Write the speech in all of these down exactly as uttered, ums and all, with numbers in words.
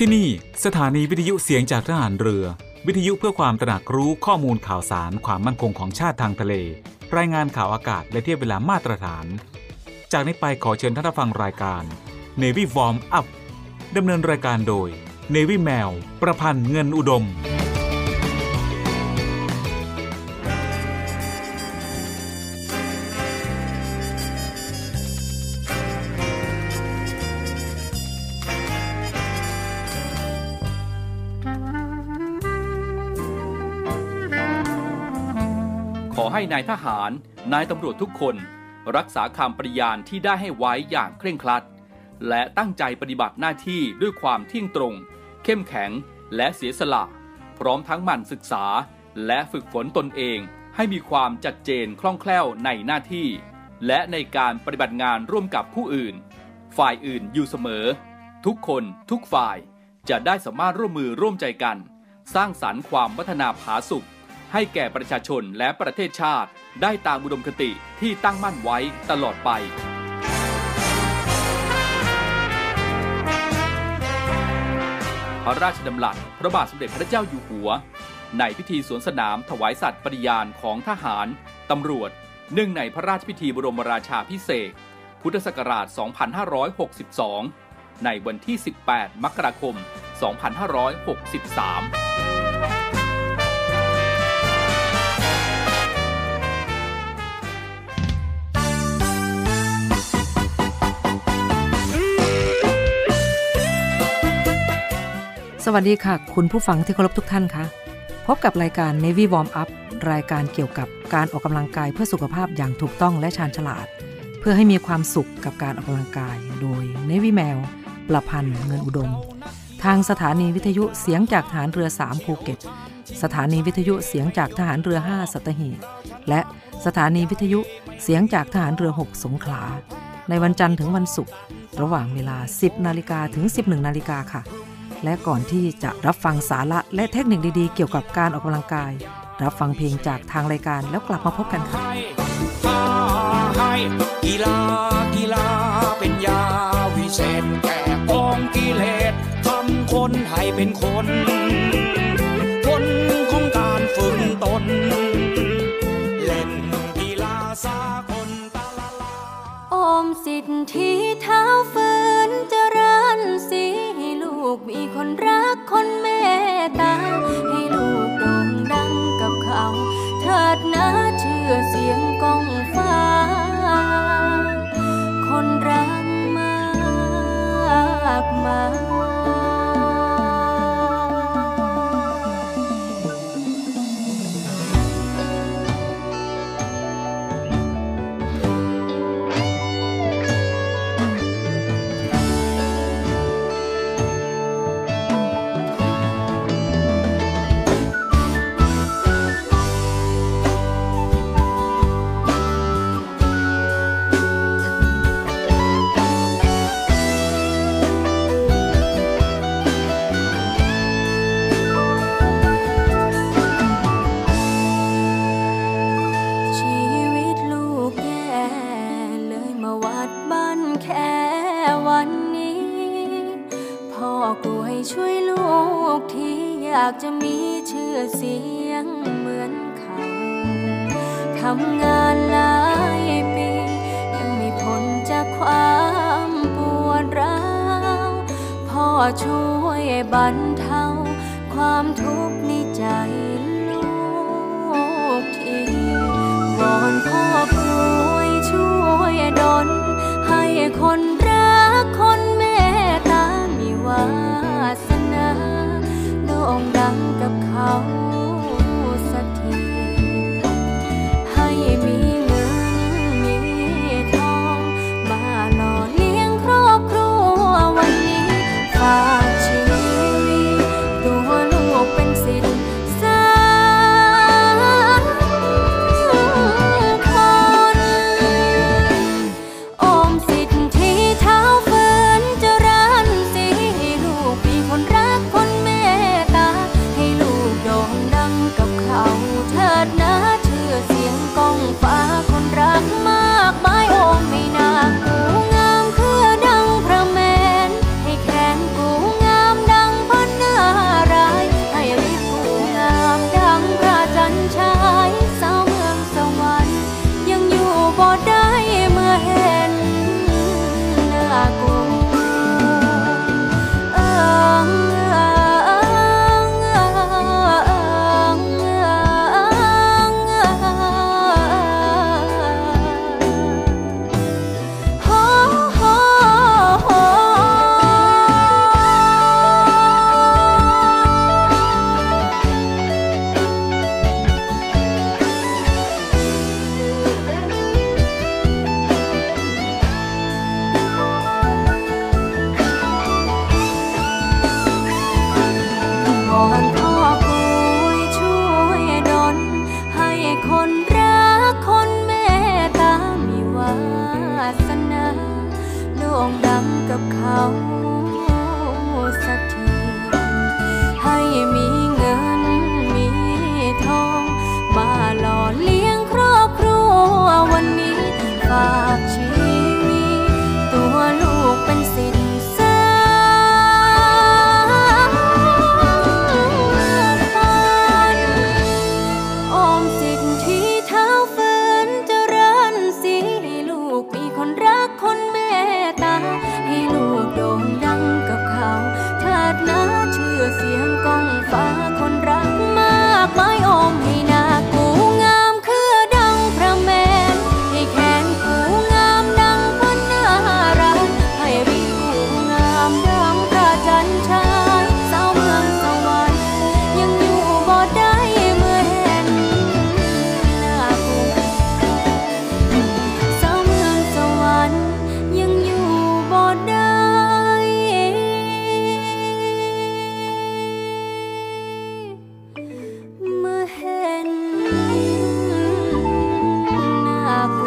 ที่นี่สถานีวิทยุเสียงจากทหารเรือวิทยุเพื่อความตระหนักรู้ข้อมูลข่าวสารความมั่นคงของชาติทางทะเลรายงานข่าวอากาศและเทียบเวลามาตรฐานจากนี้ไปขอเชิญท่านรับฟังรายการ Navy Warm Up ดำเนินรายการโดย Navy แมวประพันธ์เงินอุดมขอให้นายทหารนายตำรวจทุกคนรักษาคำปฏิญาณที่ได้ให้ไว้อย่างเคร่งครัดและตั้งใจปฏิบัติหน้าที่ด้วยความเที่ยงตรงเข้มแข็งและเสียสละพร้อมทั้งหมั่นศึกษาและฝึกฝนตนเองให้มีความชัดเจนคล่องแคล่วในหน้าที่และในการปฏิบัติงานร่วมกับผู้อื่นฝ่ายอื่นอยู่เสมอทุกคนทุกฝ่ายจะได้สามารถร่วมมือร่วมใจกันสร้างสรรค์ความพัฒนาผาสุกให้แก่ประชาชนและประเทศชาติได้ตามอุดมคติที่ตั้งมั่นไว้ตลอดไปพระราชดำรัสพระบาทสมเด็จพระเจ้าอยู่หัวในพิธีสวนสนามถวายสัตย์ปฏิญาณของทหารตำรวจเนื่องในพระราชพิธีบรมราชาภิเษกพุทธศักราช สองพันห้าร้อยหกสิบสอง ในวันที่ สิบแปด มกราคม สองพันห้าร้อยหกสิบสามสวัสดีค่ะคุณผู้ฟังที่เคารพทุกท่านคะพบกับรายการ Navy Warm Up รายการเกี่ยวกับการออกกำลังกายเพื่อสุขภาพอย่างถูกต้องและชาญฉลาดเพื่อให้มีความสุขกับการออกกำลังกายโดย Navy แมวประพันธ์เงินอุดมทางสถานีวิทยุเสียงจากทหารเรือสามภูเก็ตสถานีวิทยุเสียงจากทหารเรือห้าสัตหีบและสถานีวิทยุเสียงจากทหารเรือหกสงขลาในวันจันทร์ถึงวันศุกร์ระหว่างเวลา สิบนาฬิกา ถึง สิบเอ็ดนาฬิกาค่ะและก่อนที่จะรับฟังสาระและเทคนิคดีๆเกี่ยวกับการออกกำลังกายรับฟังเพลงจากทางรายการแล้วกลับมาพบกันค่ะกีฬากีฬาเป็นยาวิเศษแก้กองกิเลสทำคนให้เป็นคนคนของการฝึกตนเล่นกีฬาสากลตะละลาโอมสิทธิเท้าฝืนเจริญสีให้ลูกมีคนรักคนเมตตาให้ลูกโด่งดังกับเขาเถิดนะเชื่อเสียงก้องฟ้าคนรักมากมายอยากจะมีชื่อเสียงเหมือนเขาทำงานหลายปียังมีผลจากความปวดร้าวพ่อช่วยบรรเทาความทุกข์ในใจลูกทีวอนพ่อป่วยช่วยดลให้คนรักคนเมตตามีวาสนาโด่งดังกับเขาสักทีให้มีเงินมีทองมาหล่อเลี้ยงครอบครัววันนี้ฝากชีวิตตัวลูกเป็นศิษย์สักคนโอมสิทธิเท้าฝืนเจริญสีให้ลูกมีคนรักคนเมตตาให้ลูกโด่งเขาสักทีให้มีเงินมีทองมาหล่อเลี้ยงครอบครัววันนี้ฝากชีวิตตัวลูกเป็นสินสาออมสิทธิเท้าฝืนเจริญสีลูกมีคนรักคนเมตตาให้ลูกโด่งดังกับเขาเถิดนะชื่อเสียงก้องฟ้าคนรักมากมายอมให้หน้ากูงามคือดังพระแม่ให้แขนกูงามดังพระนารักให้ริ้วงามดังพระจันทรายสาวเมืองสวรรค์ยังอยู่บ่ได้เมื่อเห็นหน้ากูสาวเมืองสวรรค์ยังอยู่บ่ได้เมื่อเห็นหน้ากู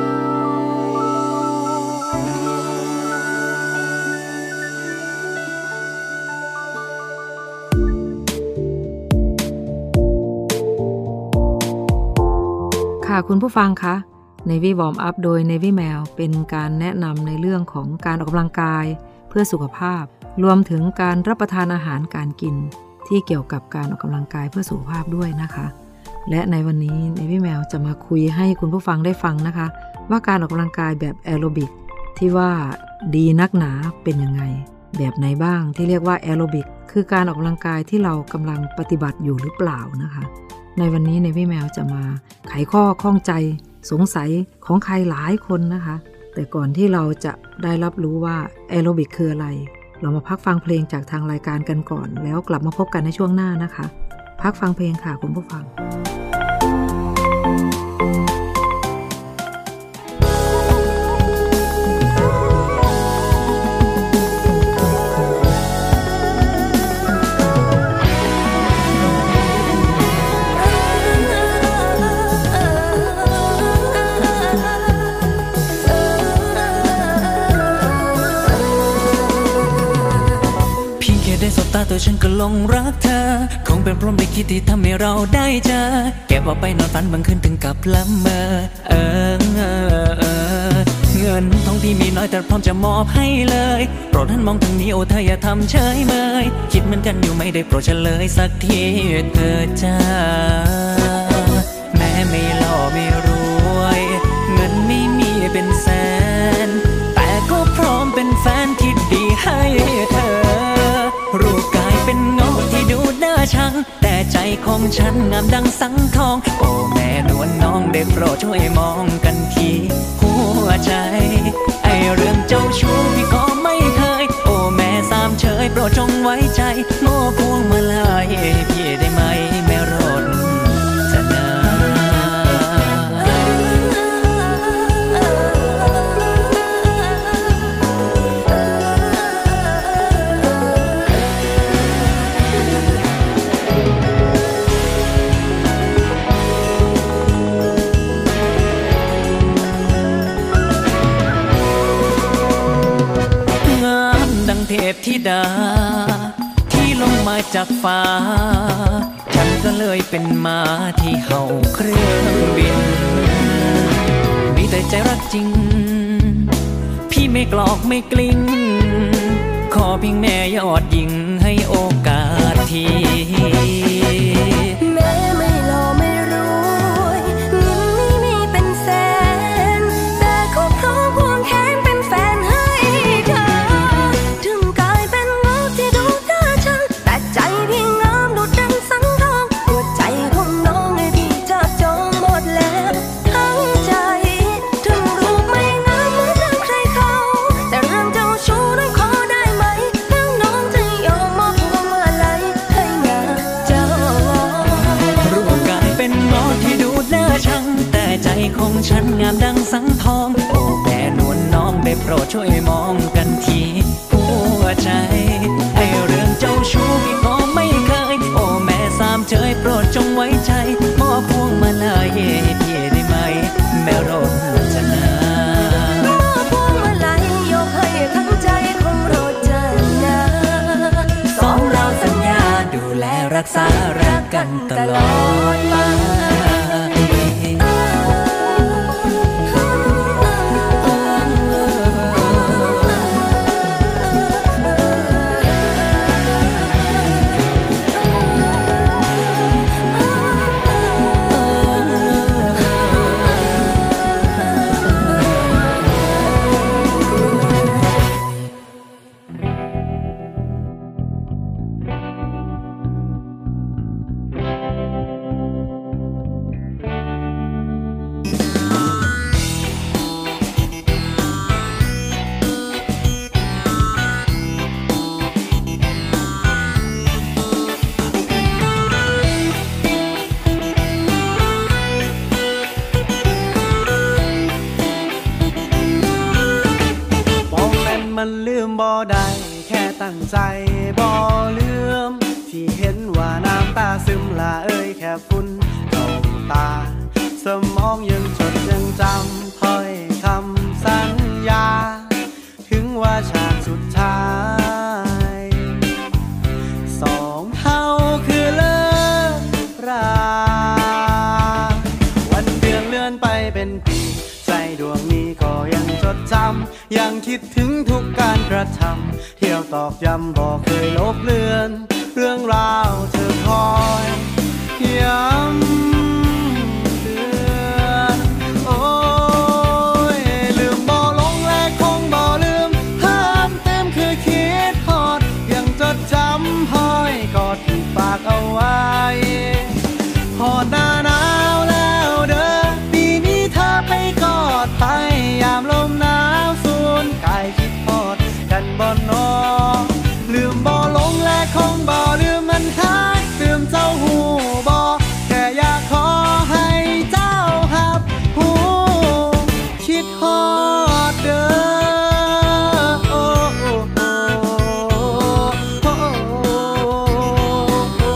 ค่ะคุณผู้ฟังคะ Navy Warm Up โดย Navy Mail เป็นการแนะนำในเรื่องของการออกกำลังกายเพื่อสุขภาพรวมถึงการรับประทานอาหารการกินที่เกี่ยวกับการออกกำลังกายเพื่อสุขภาพด้วยนะคะและในวันนี้ Navy Mail จะมาคุยให้คุณผู้ฟังได้ฟังนะคะว่าการออกกำลังกายแบบแอโรบิกที่ว่าดีนักหนาเป็นยังไงแบบไหนบ้างที่เรียกว่าแอโรบิกคือการออกกำลังกายที่เรากำลังปฏิบัติอยู่หรือเปล่านะคะในวันนี้ Navy Mail จะมาไขข้อข้องใจสงสัยของใครหลายคนนะคะแต่ก่อนที่เราจะได้รับรู้ว่าแอโรบิกคืออะไรเรามาพักฟังเพลงจากทางรายการกันก่อนแล้วกลับมาพบกันในช่วงหน้านะคะพักฟังเพลงค่ะคุณผู้ฟังตาตัวฉันก็หลงรักเธอคงเป็นพรหมลิขิตที่ทำให้เราได้เจอเก็บเอาไปนอนฝันบางคืนถึงกับละเมอเออเออเออเงินทองที่มีน้อยแต่พร้อมจะมอบให้เลยโปรดท่านมองทางนี้โอ้เธออย่าทำเฉยเมยคิดเหมือนกันอยู่ไม่ได้โปรดเฉลยสักทีเธอจ้าแม้ไม่หล่อไม่รวยเงินไม่มีเป็นแสนแต่ก็พร้อมเป็นแฟนที่ดีให้เธอรูปกายเป็นเงาที่ดูน่าชังแต่ใจของฉันงามดังสังทองโอ้แม่นวลน้องได้โปรดช่วยมองกันทีหัวใจไอเรื่องเจ้าชู้พี่ก็ไม่เคยโอ้แม่สามเฉยโปรดจงไว้ใจโง่พวงมาลัยพี่ได้ไหมแม่รถจะนเทพธิดาที่ลงมาจากฟ้าฉันก็เลยเป็นม้าที่เห่าเครื่องบินมีแต่ใจรักจริงพี่ไม่กลอกไม่กลิ้งขอเพียงแม่ยอดหญิงให้โอกาสทีแม่ไม่หล่อไม่รวยเงินไม่มีเป็นแสนแต่ก็พร้อมควงแขนเป็นแฟนให้เธอถึงกายเป็นเงาที่ดูน่าชังแต่ใจพี่งามดุจดังสังทองหัวใจของน้องให้พี่จับจองหมดแล้วทั้งใจถึงรูปไม่งามเหมือนดังใครเขาแต่เรื่องเจ้าชู้นั้นขอได้ไหมแล้วน้องจะยอมมอบพวงมาลัยให้งาเจ้ารูปกายเป็นเงาที่ดูน่าชังแต่ใจของฉันงามดังสังทองโอ้แม่นวลน้องได้โปรดช่วยมองกันทีหัวใจไอเรื่องเจ้าชู้พี่ก็ไม่เคยโอ้แม่สามเฉยโปรดจงไว้ใจมอบพวงมาลัยให้พี่ได้ไหมแม่รถจะนามอบพวงมาลัยยกให้ทั้งใจของเรากษารักกันตลอดไปมันลืมบ่ได้แค่ตั้งใจบ่ลืมที่เห็นว่าน้ำตาซึมละเอ้ยแค่ฝุ่นเข้าตาสมองยังจดยังจำถ้อยคำสัญญาถึงว่าฉากสุดท้ายสองเฮาคือเลิกราวันเดือนเลื่อนไปเป็นปีใจดวงนี้ก็ยังจดจำยังคิดถึงทุกการกระทำเที่ยวตอกย้ำบอกเคยลบเลือนเรื่องราวเธอคอยย้ำเตือนโอ้ยลืมบ่ลงและคงบ่ลืมเพิ่มเต็มคือคิดฮอดยังจดจำห้อยกอดที่ฝากเอาไว้ฮอดหน้าหนาวแล้วเด้อปีนี้เธอไปกอดไปยามลมหนาวสูญกายคิดฮอดกันบ่นอลืมบ่ลงและคงบ่ลืมมันหายลืมเจ้าหูบ่แค่อยากขอให้เจ้าหับหูคิดฮอดเด้อโอ้โอ้โอ้โอ้โอ้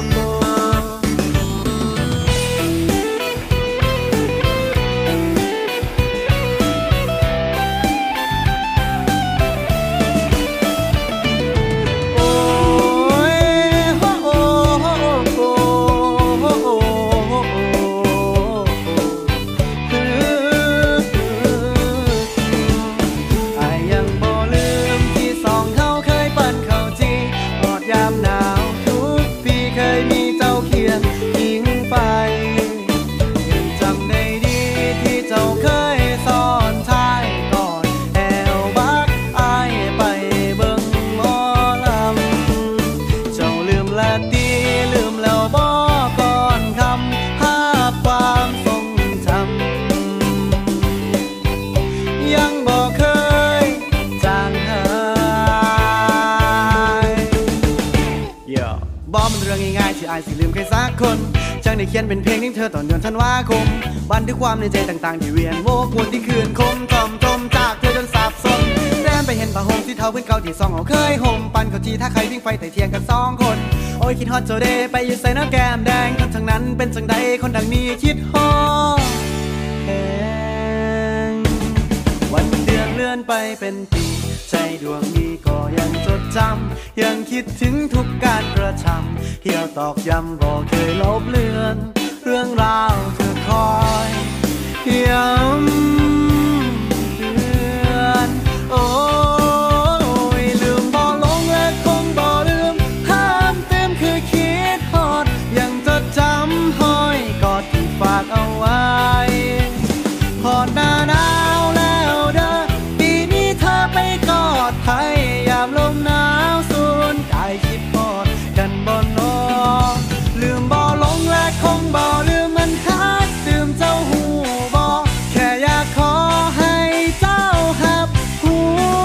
สิลืมใครสักคนจังได้เขียนเป็นเพลงถึงเธอตอนเดือนธันวาคมบันทึกความในใจต่างๆที่เวียนโวกวนที่คืนคมทอมทมจากเธอจนสับสนแนมไปเห็นผ้าห่มที่เท่าพื้นเก่าที่ซองเอาเคยห่มปันเขาจีถ้าใครวิ่งไฟแต่เทียงกันสองคนโอ้ยคิดฮอตโจเดไปอยู่ใส่น้ำแก้มแดงทั้งทั้งนั้นเป็นจังใดคนดังนี้คิดฮอตแหงวันเดือนเลื่อนไปเป็นปีใจดวงนี้ก็ยังจดจำยังคิดถึงทุกการกระทำเที่ยวตอกย้ำบอกเคยลบเลือนเรื่องราวเธอคอยย้ำเตือนโอ้ยลืมบ่ลงและคงบ่ลืมห้ามเต็มคือคิดฮอดยังจดจำห้อยกอดที่ฝากเอาไว้ฮอดหน้าหนาวแล้วเด้อปีนี้เธอไปกอดไผยามลมหนาวสูญกายคิดฮอดกันบ่นอลืมบ่ลงและคงบ่ลืมมันหายลืมเจ้าหูบ่แค่อยากขอให้เจ้าหับหู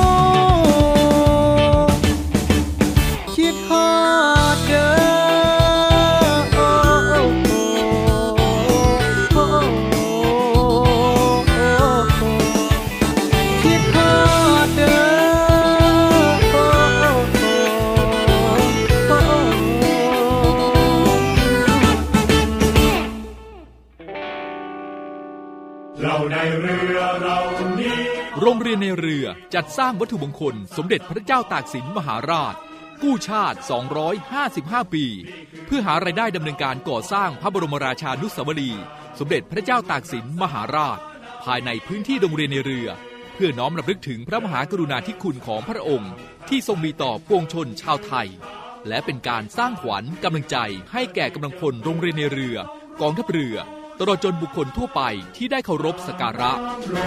คิดฮอดเด้อโอ้โอ้โอ้คิดฮอดเด้อเราในเรือเรานี้โรงเรียนในเรือจัดสร้างวัตถุมงคลสมเด็จพระเจ้าตากสินมหาราชกู้ชาติสองร้อยห้าสิบห้าปีเพื่อหารายได้ดำเนินการก่อสร้างพระบรมราชานุสาวรีย์สมเด็จพระเจ้าตากสินมหาราชภายในพื้นที่โรงเรียนในเรือเพื่อน้อมรำลึกถึงพระมหากรุณาธิคุณของพระองค์ที่ทรงมีต่อปวงชนชาวไทยและเป็นการสร้างขวัญกำลังใจให้แก่กำลังพลโรงเรียนในเรือกองทัพเรือตลอดจนบุคคลทั่วไปที่ได้เคารพสักการะ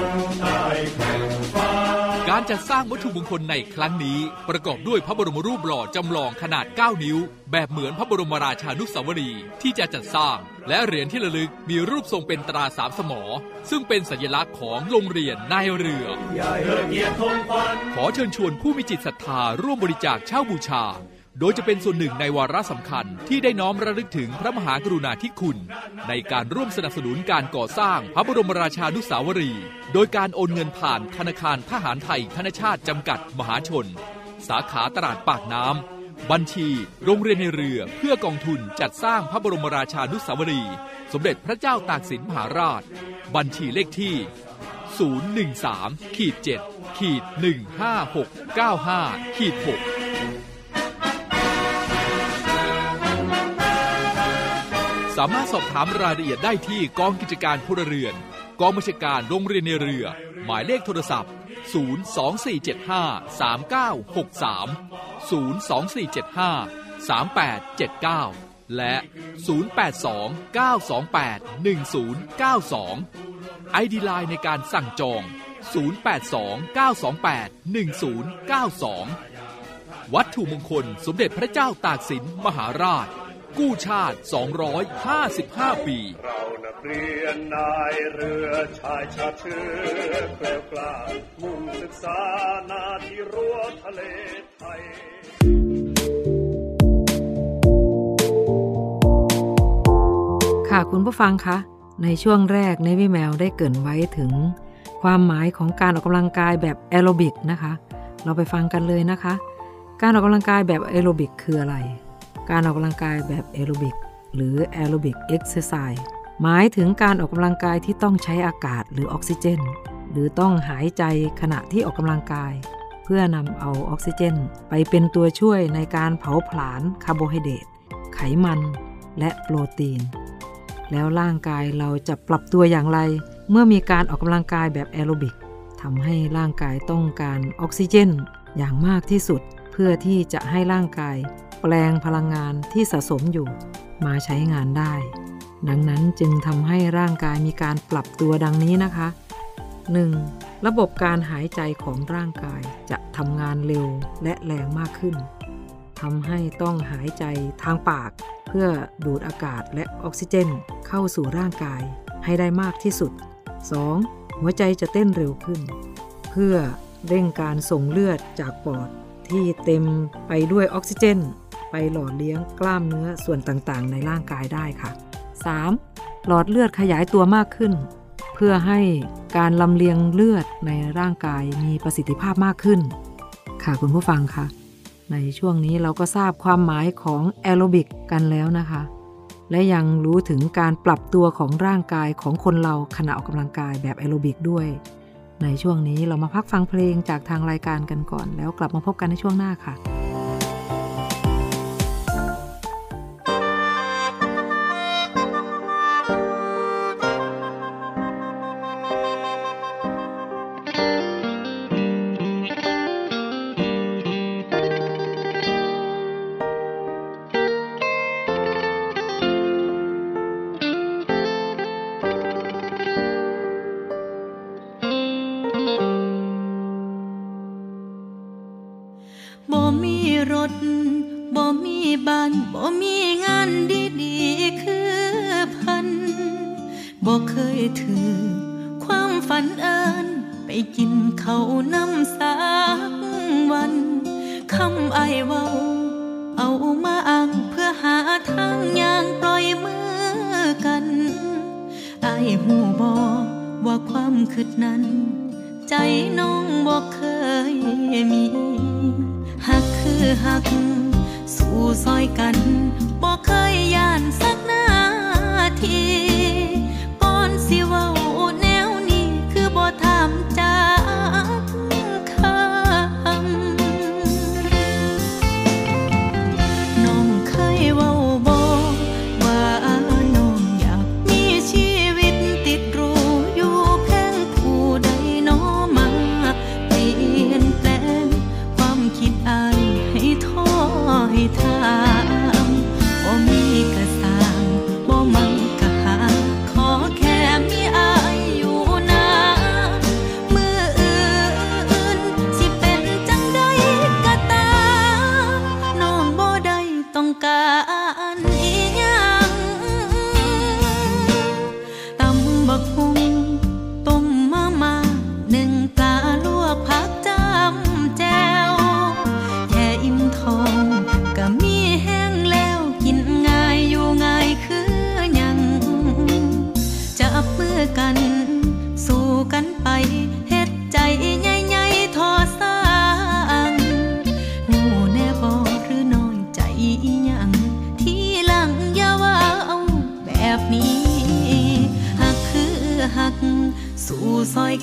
การจัดสร้างวัตถุมงคลในครั้งนี้ประกอบด้วยพระบรมรูปหล่อจำลองขนาดเก้านิ้วแบบเหมือนพระบรมราชานุสาวรีย์ที่จะจัดสร้างและเหรียญที่ระลึกมีรูปทรงเป็นตราสามสมอซึ่งเป็นสัญลักษณ์ของโรงเรียนนายเรือขอเชิญชวนผู้มีจิตศรัทธาร่วมบริจาคเช่าบูชาโดยจะเป็นส่วนหนึ่งในวาระสำคัญที่ได้น้อมระลึกถึงพระมหากรุณาธิคุณในการร่วมสนับสนุนการก่อสร้างพระบรมราชานุสาวรีย์โดยการโอนเงินผ่านธนาคารทหารไทยธนชาติจำกัดมหาชนสาขาตลาดปากน้ำบัญชีโรงเรียนในเรือเพื่อกองทุนจัดสร้างพระบรมราชานุสาวรีย์สมเด็จพระเจ้าตากสินมหาราชบัญชีเลขที่ ศูนย์ หนึ่ง สาม เจ็ด หนึ่ง ห้า หก เก้า ห้า หกสามารถสอบถามรายละเอียดได้ที่กองกิจการพลเรือนกองบัญชาการโรงเรียนในเรือหมายเลขโทรศัพท์ ศูนย์ สอง สี่ เจ็ด ห้า สาม เก้า หก สาม ศูนย์ สอง สี่ เจ็ด ห้า สาม แปด เจ็ด เก้าและ ศูนย์ แปด สอง เก้า สอง แปด หนึ่ง ศูนย์ เก้า สอง ไอ ดี ไลน์ในการสั่งจอง ศูนย์ แปด สอง เก้า สอง แปด หนึ่ง ศูนย์ เก้า สองวัตถุมงคลสมเด็จพระเจ้าตากสินมหาราชกู้ชาติสองร้อยห้าสิบห้าปีเรานักเรียนนายเรือชายชาติเชื้อแกล้วกล้ามุ่งศึกษานาที่รั้วทะเลไทยค่ะคุณผู้ฟังคะในช่วงแรกในวิแมวได้เกริ่นไว้ถึงความหมายของการออกกำลังกายแบบแอโรบิกนะคะเราไปฟังกันเลยนะคะการออกกำลังกายแบบแอโรบิกคืออะไรการออกกำลังกายแบบแอโรบิกหรือแอโรบิกเอ็กซ์ไซส์หมายถึงการออกกำลังกายที่ต้องใช้อากาศหรือออกซิเจนหรือต้องหายใจขณะที่ออกกำลังกายเพื่อนำเอาออกซิเจนไปเป็นตัวช่วยในการเผาผลาญคาร์โบไฮเดรตไขมันและโปรตีนแล้วร่างกายเราจะปรับตัวอย่างไรเมื่อมีการออกกำลังกายแบบแอโรบิกทำให้ร่างกายต้องการออกซิเจนอย่างมากที่สุดเพื่อที่จะให้ร่างกายแปลงพลังงานที่สะสมอยู่มาใช้งานได้ดังนั้นจึงทำให้ร่างกายมีการปรับตัวดังนี้นะคะ หนึ่ง. ระบบการหายใจของร่างกายจะทำงานเร็วและแรงมากขึ้นทำให้ต้องหายใจทางปากเพื่อดูดอากาศและออกซิเจนเข้าสู่ร่างกายให้ได้มากที่สุด สอง. หัวใจจะเต้นเร็วขึ้นเพื่อเร่งการส่งเลือดจากปอดที่เต็มไปด้วยออกซิเจนไปหล่อเลี้ยงกล้ามเนื้อส่วนต่างๆในร่างกายได้ค่ะ สาม. หลอดเลือดขยายตัวมากขึ้นเพื่อให้การลำเลียงเลือดในร่างกายมีประสิทธิภาพมากขึ้นค่ะคุณผู้ฟังค่ะในช่วงนี้เราก็ทราบความหมายของแอโรบิกกันแล้วนะคะและยังรู้ถึงการปรับตัวของร่างกายของคนเราขณะออกกำลังกายแบบแอโรบิกด้วยในช่วงนี้เรามาพักฟังเพลงจากทางรายการกันก่อนแล้วกลับมาพบกันในช่วงหน้าค่ะบ่มีรถบ่มีบ้านบ่มีงานดีๆคือพันบ่เคยถือความฝันเอิญไปกินข้าวน้ำสักวันคำอ้ายเว้าเอามาอ้างเพื่อหาทางย่างปล่อยมือกันอ้ายฮู้บ่ว่าความคิดนั้นใจน้องบ่เคยมีหักคือหักสู้ซอยกันบ่เคยย่านสักนาทีก่อนสิเว้าแนวนี้คือบ่ถามจากคำ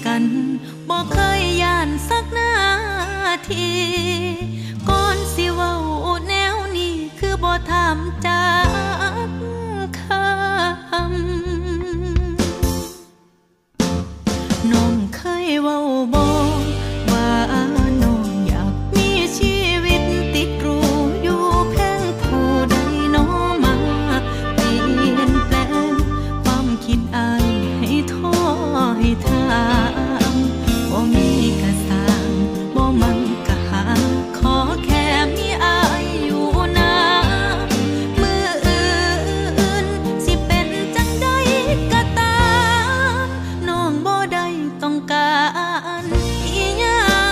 กันบ่เคยย่านสักนาทีก่อนสิเว้าแนวนี้คือบ่ถามจักคำน้องเคยเว้าบ่ว่าน้องอยากมีชีวิตติดรูอยู่แพงผู้ใดน้องมาเปลี่ยนแปลงความคิดอายให้ท้อให้ถามบ่มีกะสร้างบ่มันกะหาขอแค่มีอายอยู่นะมื้ออื่นสิเป็นจังใดก็ตามน้องบ่ได้ต้องการอีหยัง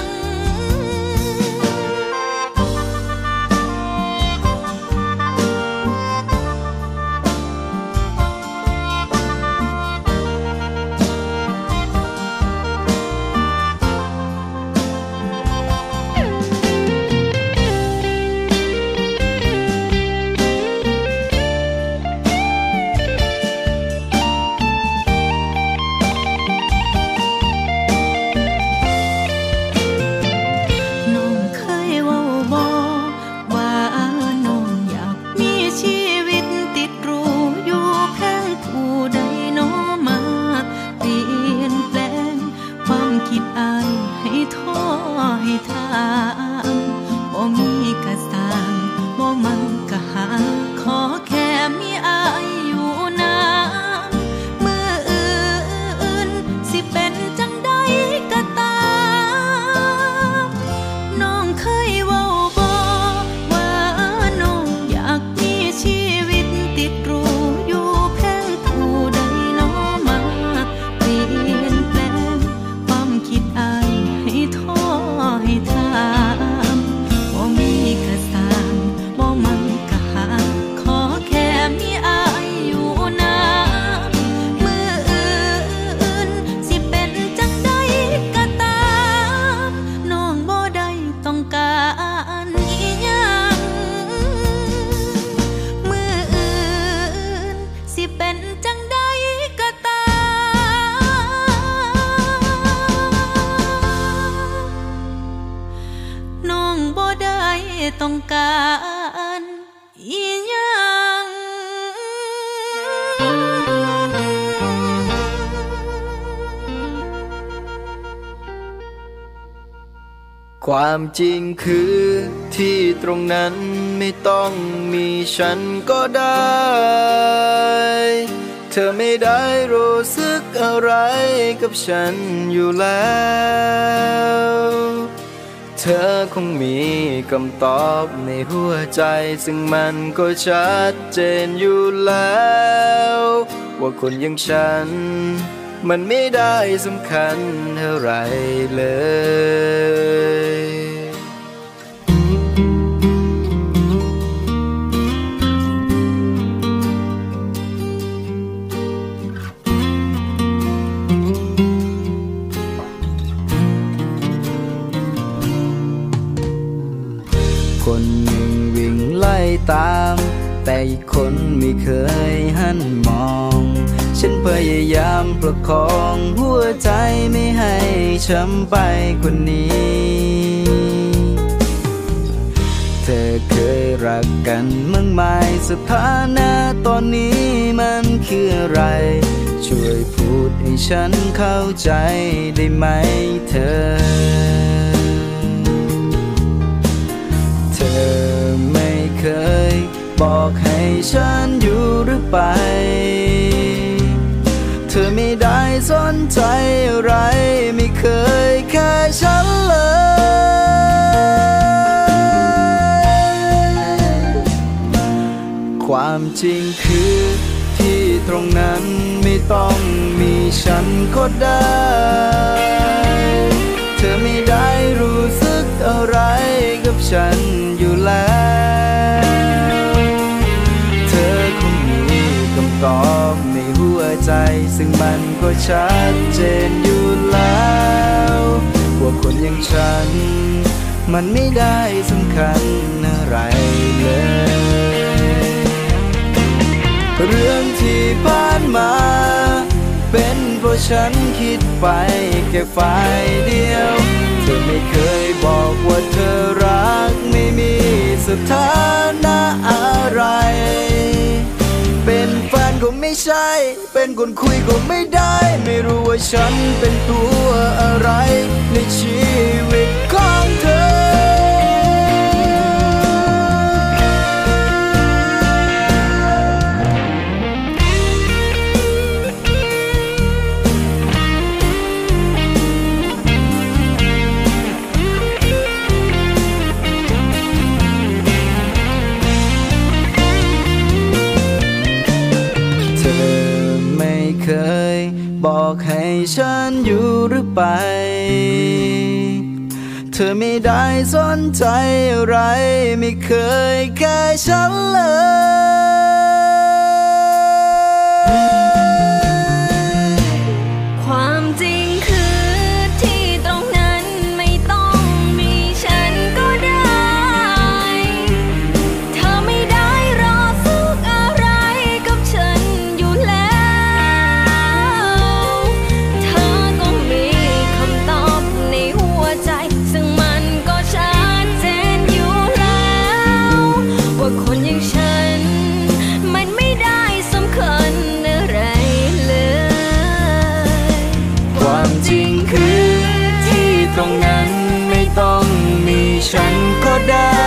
น้องเคยเว้าบ่ว่าน้องอยากมีชีวิตติดรูอยู่แพงผู้ใดน้อมาเปลี่ยนแปลงความคิดอายให้ท้อให้ถามบ่มีกะสร้างบ่มันกะหาขอแค่มีอายอยู่นะมื้ออื่นสิเป็นจังใดก็ตามน้องเคยเว้าบ่ว่าน้องอยากมีชีวิตติดรูอยู่แพงผู้ใดน้อมาเปลี่ยนแปลงความคิดอายให้ท้อให้ถามบ่มีกะสร้างบ่มันกะหาขอแค่มีอายอยู่นะมื้ออื่นสิเป็นจังใดก็ตามน้องบ่ได้ต้องการอีหยังมื้ออื่นสิเป็นจังใดก็ตามน้องบ่ได้ต้องการอีหยังความจริงคือที่ตรงนั้นไม่ต้องมีฉันก็ได้ เธอไม่ได้รู้สึกอะไรกับฉันอยู่แล้ว เธอคงมีคำตอบในหัวใจซึ่งมันก็ชัดเจนอยู่แล้วว่าคนอย่างฉันมันไม่ได้สำคัญเท่าไรเลย คนหนึ่งวิ่งไล่ตามแต่อีกคนไม่เคยหันมองฉันพยายามประคองหัวใจไม่ให้ช้ำไปคนนี้เธอเคยรักกันมั้งไหมสถานะตอนนี้มันคืออะไรช่วยพูดให้ฉันเข้าใจได้ไหมเธอเธอไม่เคยบอกให้ฉันอยู่หรือไปเธอไม่ได้สนใจอะไรไม่เคยแค่ฉันเลยความจริงคือที่ตรงนั้นไม่ต้องมีฉันก็ได้เธอไม่ได้รู้สึกอะไรกับฉันอยู่แล้วเธอคงมีคำตอบในหัวใจซึ่งมันก็ชัดเจนอยู่แล้วว่าคนอย่างฉันมันไม่ได้สำคัญอะไรเลยเรื่องที่ผ่านมาเป็นเพราะฉันคิดไปแค่ฝ่ายเดียวเธอไม่เคยบอกว่าเธอรักไม่มีสถานะอะไรเป็นแฟนก็ไม่ใช่เป็นคนคุยก็ไม่ได้ไม่รู้ว่าฉันเป็นตัวอะไรในชีวิตของเธอเคยบอกให้ฉันอยู่หรือไปเธอไม่ได้สนใจอะไรไม่เคยแค่ฉันเลยความจริงคือที่ตรงนั้นไม่ต้องมีฉันก็ได้เธอไม่ได้รอสักอะไรกับฉันอยู่แล้วคนอย่างฉันมันไม่ได้สำคัญอะไรเลยความจริงคือที่ตรงนั้นไม่ต้องมีฉันก็ได้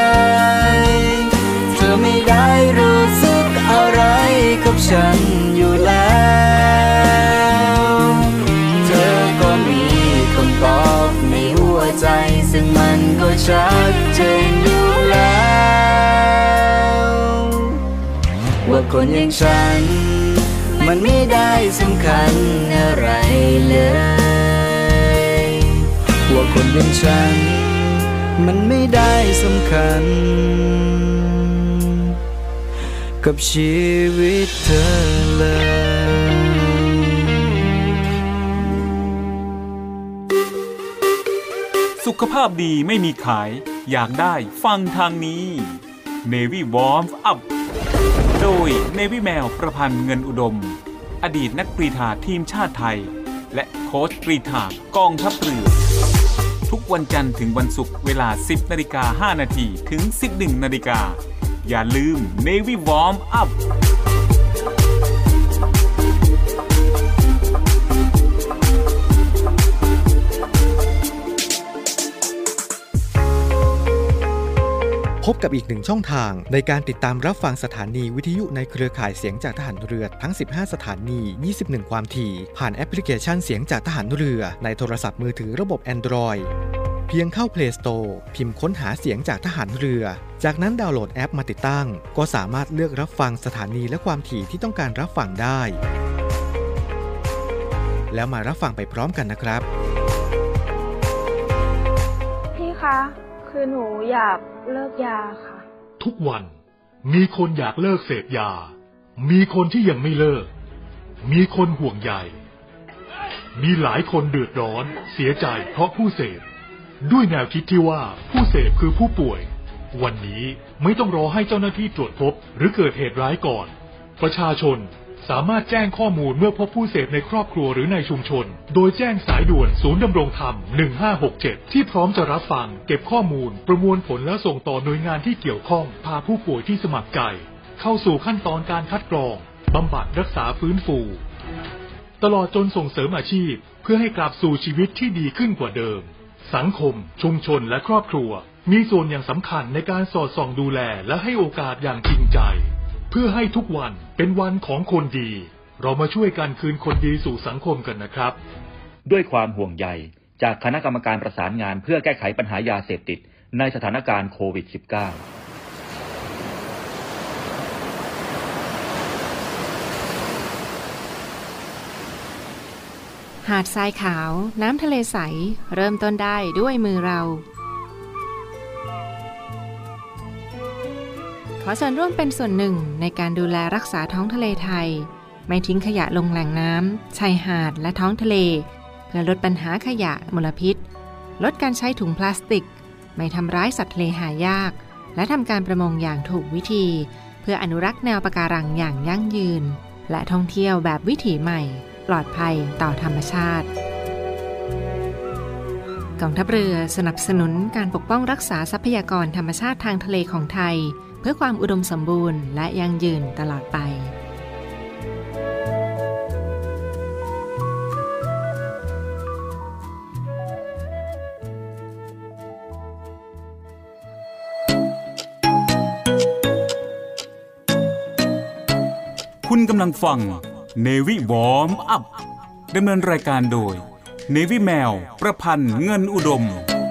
เธอไม่ได้รู้สึกอะไรกับฉันอยู่แล้วเธอก็มีคำตอบในหัวใจซึ่งมันก็ชัดเจนอยู่แล้วว่าคนอย่างฉันมันไม่ได้สำคัญอะไรเลยว่าคนอย่างฉันมันไม่ได้สำคัญกับชีวิตเธอเลยสุขภาพดีไม่มีขายอยากได้ฟังทางนี้ Navy Warm Up โดย Navy แมวประพันธ์เงินอุดมอดีตนักกรีฑาทีมชาติไทยและโค้ชกรีฑากองทัพเรือทุกวันจันทร์ถึงวันศุกร์เวลา สิบนาฬิกาห้านาที ถึง สิบเอ็ดนาฬิกาอย่าลืม Navy Warm Up พบกับอีกหนึ่งช่องทางในการติดตามรับฟังสถานีวิทยุในเครือข่ายเสียงจากทหารเรือทั้งสิบห้าสถานี ยี่สิบเอ็ด ความถี่ผ่านแอปพลิเคชันเสียงจากทหารเรือในโทรศัพท์มือถือระบบ Android เพียงเข้า Play Store พิมพ์ค้นหาเสียงจากทหารเรือจากนั้นดาวน์โหลดแอปมาติดตั้งก็สามารถเลือกรับฟังสถานีและความถี่ที่ต้องการรับฟังได้แล้วมารับฟังไปพร้อมกันนะครับพี่คะคือหนูอยากเลิกยาค่ะทุกวันมีคนอยากเลิกเสพยามีคนที่ยังไม่เลิกมีคนห่วงใยมีหลายคนเดือดร้อนเสียใจเพราะผู้เสพด้วยแนวคิดที่ว่าผู้เสพคือผู้ป่วยวันนี้ไม่ต้องรอให้เจ้าหน้าที่ตรวจพบหรือเกิดเหตุร้ายก่อนประชาชนสามารถแจ้งข้อมูลเมื่อพบผู้เสพในครอบครัวหรือในชุมชนโดยแจ้งสายด่วนศูนย์ดำรงธรรมหนึ่งห้าหกเจ็ดที่พร้อมจะรับฟังเก็บข้อมูลประมวลผลและส่งต่อหน่วยงานที่เกี่ยวข้องพาผู้ป่วยที่สมัครใจเข้าสู่ขั้นตอนการคัดกรองบำบัดรักษาฟื้นฟูตลอดจนส่งเสริมอาชีพเพื่อให้กลับสู่ชีวิตที่ดีขึ้นกว่าเดิมสังคมชุมชนและครอบครัวมีส่วนอย่างสำคัญในการสอดส่องดูแลและให้โอกาสอย่างจริงใจเพื่อให้ทุกวันเป็นวันของคนดีเรามาช่วยกันคืนคนดีสู่สังคมกันนะครับด้วยความห่วงใยจากคณะกรรมการประสานงานเพื่อแก้ไขปัญหายาเสพติดในสถานการณ์โควิด สิบเก้าหาดทรายขาวน้ำทะเลใสเริ่มต้นได้ด้วยมือเราขอส่วนร่วมเป็นส่วนหนึ่งในการดูแลรักษาท้องทะเลไทยไม่ทิ้งขยะลงแหล่งน้ำชายหาดและท้องทะเลเพื่อลดปัญหาขยะมลพิษลดการใช้ถุงพลาสติกไม่ทำร้ายสัตว์ทะเลหายากและทำการประมงอย่างถูกวิธีเพื่ออนุรักษ์แนวปะการังอย่างยั่งยืนและท่องเที่ยวแบบวิถีใหม่ปลอดภัยต่อธรรมชาติกองทัพเรือสนับสนุนการปกป้องรักษาทรัพยากรธรรมชาติทางทะเลของไทยเพื่อความอุดมสมบูรณ์และยั่งยืนตลอดไปคุณกำลังฟัง Navy Warm Up ดำเนินรายการโดย Navy แมวประพันธ์เงินอุดม